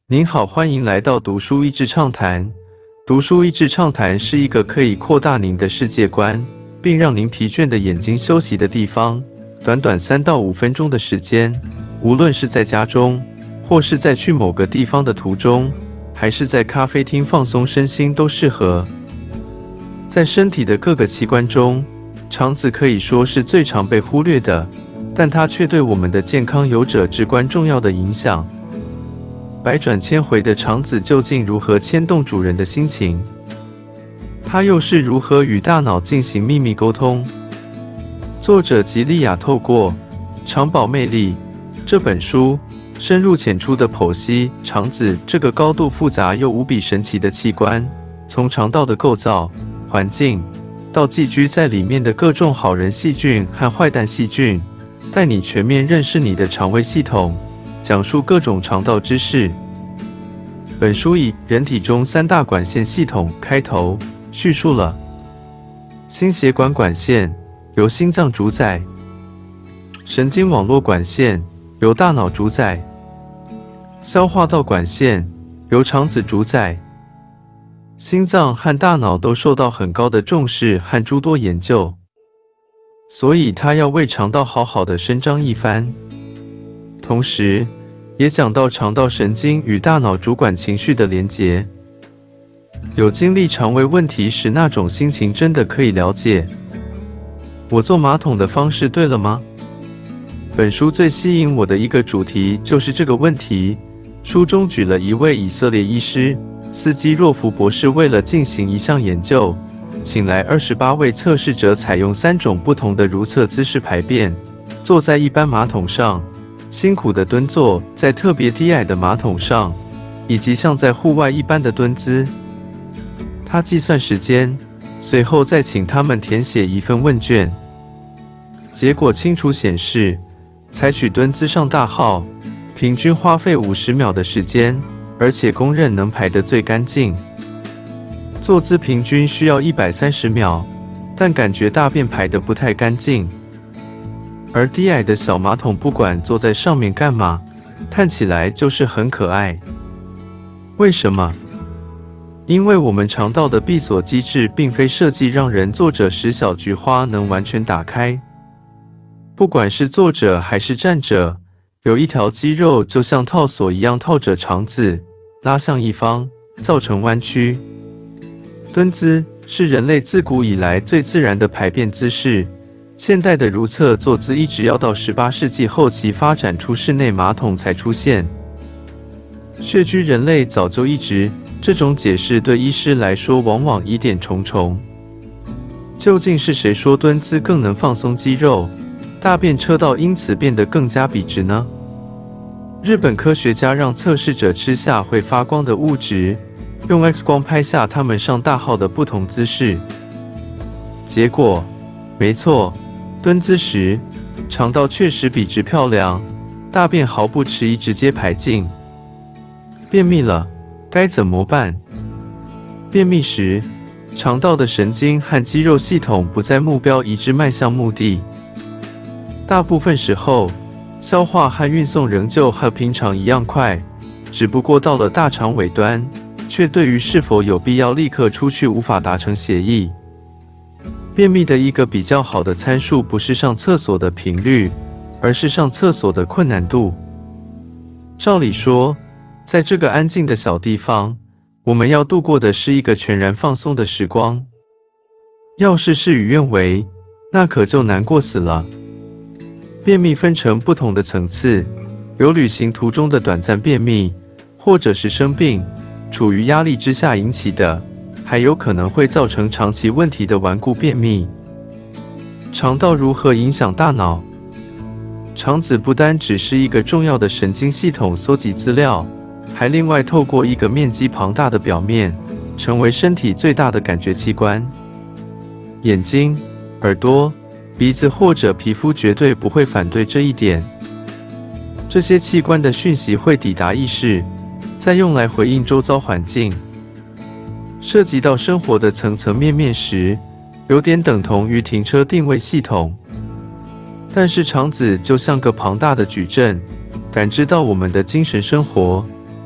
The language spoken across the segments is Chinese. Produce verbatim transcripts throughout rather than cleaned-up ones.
您好，欢迎来到读书益智畅谈。读书益智畅谈是一个可以扩大您的世界观，并让您疲倦的眼睛休息的地方。短短三到五分钟的时间，无论是在家中，或是在去某个地方的途中，还是在咖啡厅放松身心都适合。在身体的各个器官中，肠子可以说是最常被忽略的，但它却对我们的健康有着至关重要的影响。百转千回的肠子究竟如何牵动主人的心情？它又是如何与大脑进行秘密沟通？作者吉利亚透过《肠保魅力》这本书，深入浅出地剖析肠子这个高度复杂又无比神奇的器官，从肠道的构造、环境，到寄居在里面的各种好人细菌和坏蛋细菌，带你全面认识你的肠胃系统，讲述各种肠道知识。本书以人体中三大管线系统开头，叙述了心血管管线由心脏主宰，神经网络管线由大脑主宰，消化道管线由肠子主宰。心脏和大脑都受到很高的重视和诸多研究，所以它要为肠道好好的伸张一番。同时也讲到肠道神经与大脑主管情绪的连结。有经历肠胃问题时那种心情真的可以了解。我坐马桶的方式对了吗？本书最吸引我的一个主题就是这个问题。书中举了一位以色列医师斯基若夫博士，为了进行一项研究，请来二十八位测试者，采用三种不同的如厕姿势排便，坐在一般马桶上，辛苦的蹲坐在特别低矮的马桶上，以及像在户外一般的蹲姿。他计算时间，随后再请他们填写一份问卷。结果清楚显示，采取蹲姿上大号，平均花费五十秒的时间，而且公认能排得最干净。坐姿平均需要一百三十秒，但感觉大便排得不太干净。而低矮的小马桶，不管坐在上面干嘛，看起来就是很可爱。为什么？因为我们肠道的闭锁机制并非设计让人坐着时小菊花能完全打开。不管是坐着还是站着，有一条肌肉就像套索一样套着肠子，拉向一方，造成弯曲。蹲姿是人类自古以来最自然的排便姿势。现代的如厕坐姿一直要到十八世纪后期发展出室内马桶才出现。穴居人类早就一直，这种解释对医师来说往往疑点重重。究竟是谁说蹲姿更能放松肌肉，大便车道因此变得更加笔直呢？日本科学家让测试者吃下会发光的物质，用 X 光拍下他们上大号的不同姿势。结果，没错，蹲姿时，肠道确实笔直漂亮，大便毫不迟疑直接排进。便秘了，该怎么办？便秘时，肠道的神经和肌肉系统不在目标一致迈向目的。大部分时候，消化和运送仍旧和平常一样快，只不过到了大肠尾端，却对于是否有必要立刻出去无法达成协议。便秘的一个比较好的参数不是上厕所的频率，而是上厕所的困难度。照理说，在这个安静的小地方，我们要度过的是一个全然放松的时光。要是事与愿违，那可就难过死了。便秘分成不同的层次，有旅行途中的短暂便秘，或者是生病、处于压力之下引起的，还有可能会造成长期问题的顽固便秘。肠道如何影响大脑？肠子不单只是一个重要的神经系统搜集资料，还另外透过一个面积庞大的表面，成为身体最大的感觉器官。眼睛、耳朵、鼻子或者皮肤绝对不会反对这一点。这些器官的讯息会抵达意识，再用来回应周遭环境。涉及到生活的层层面面时，有点等同于停车定位系统。但是肠子就像个庞大的矩阵，感知到我们的精神生活，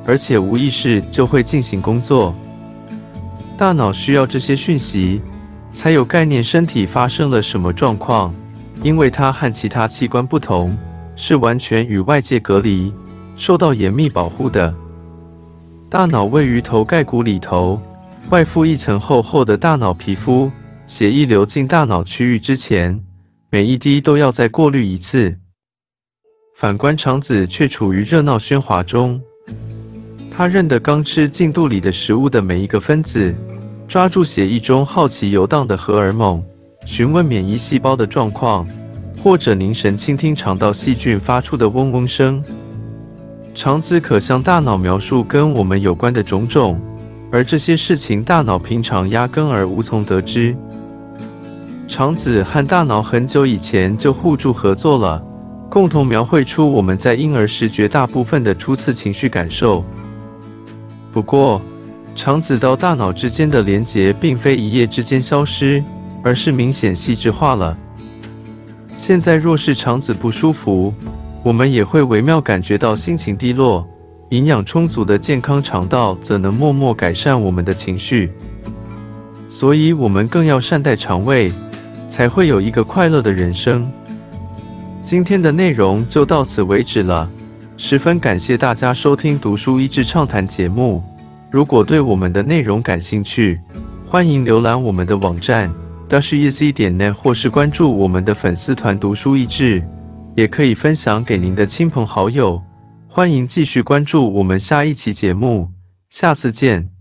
而且无意识就会进行工作。大脑需要这些讯息，才有概念身体发生了什么状况，因为它和其他器官不同，是完全与外界隔离，受到严密保护的。大脑位于头盖骨里头，外附一层厚厚的大脑皮肤，血液流进大脑区域之前，每一滴都要再过滤一次。反观肠子却处于热闹喧哗中，它认得刚吃进肚里的食物的每一个分子，抓住血液中好奇游荡的荷尔蒙，询问免疫细胞的状况，或者凝神倾听肠道细菌发出的嗡嗡声。肠子可向大脑描述跟我们有关的种种，而这些事情大脑平常压根儿无从得知。肠子和大脑很久以前就互助合作了，共同描绘出我们在婴儿时绝大部分的初次情绪感受。不过，肠子到大脑之间的连结并非一夜之间消失，而是明显细致化了。现在若是肠子不舒服，我们也会微妙感觉到心情低落，营养充足的健康肠道则能默默改善我们的情绪。所以我们更要善待肠胃，才会有一个快乐的人生。今天的内容就到此为止了，十分感谢大家收听读书益智畅谈节目。如果对我们的内容感兴趣，欢迎浏览我们的网站 dash e z 点 net 或是关注我们的粉丝团读书益智，也可以分享给您的亲朋好友。欢迎继续关注我们下一期节目，下次见。